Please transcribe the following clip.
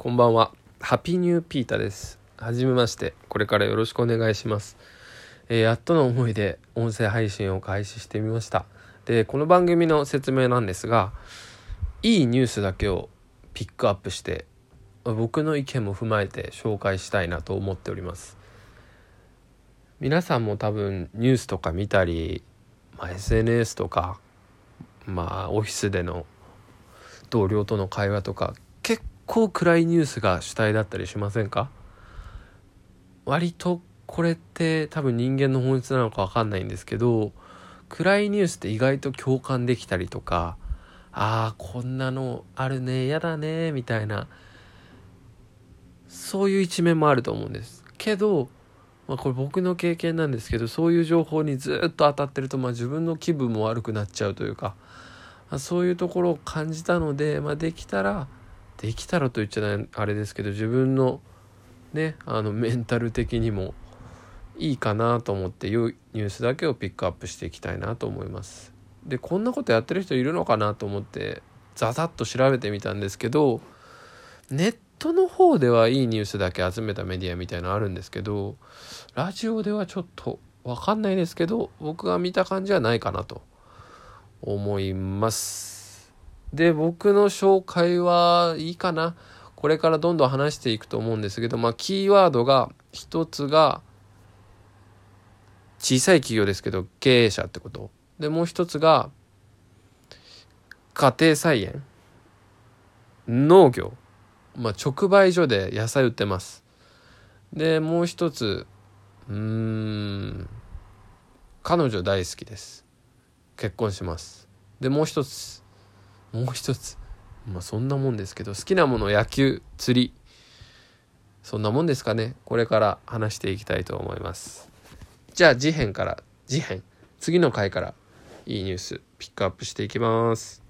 こんばんは。ハピニューピータです。はじめまして。これからよろしくお願いします。やっとの思いで音声配信を開始してみました。で、この番組の説明なんですが、いいニュースだけをピックアップして僕の意見も踏まえて紹介したいなと思っております。皆さんも多分ニュースとか見たり、SNS とか、オフィスでの同僚との会話とか結構暗いニュースが主体だったりしませんか？割とこれって多分人間の本質なのか分かんないんですけど、暗いニュースって意外と共感できたりとか、こんなのあるね、やだねみたいな、そういう一面もあると思うんですけど、これ僕の経験なんですけど、そういう情報にずっと当たってると、自分の気分も悪くなっちゃうというか、そういうところを感じたので、できたらと言っちゃないあれですけど、自分のねメンタル的にもいいかなと思って良いニュースだけをピックアップしていきたいなと思います。で、こんなことやってる人いるのかなと思ってザザッと調べてみたんですけど、ネットの方ではいいニュースだけ集めたメディアみたいなのあるんですけど、ラジオではちょっと分かんないですけど、僕が見た感じはないかなと思います。で、僕の紹介はいいかな。これからどんどん話していくと思うんですけど、キーワードが一つが小さい企業ですけど経営者ってことで、もう一つが家庭菜園、農業、直売所で野菜売ってます。で、もう一つ彼女大好きです。結婚します。で、もう一つそんなもんですけど、好きなもの野球、釣り、そんなもんですかね。これから話していきたいと思います。じゃあ次の回からいいニュースピックアップしていきます。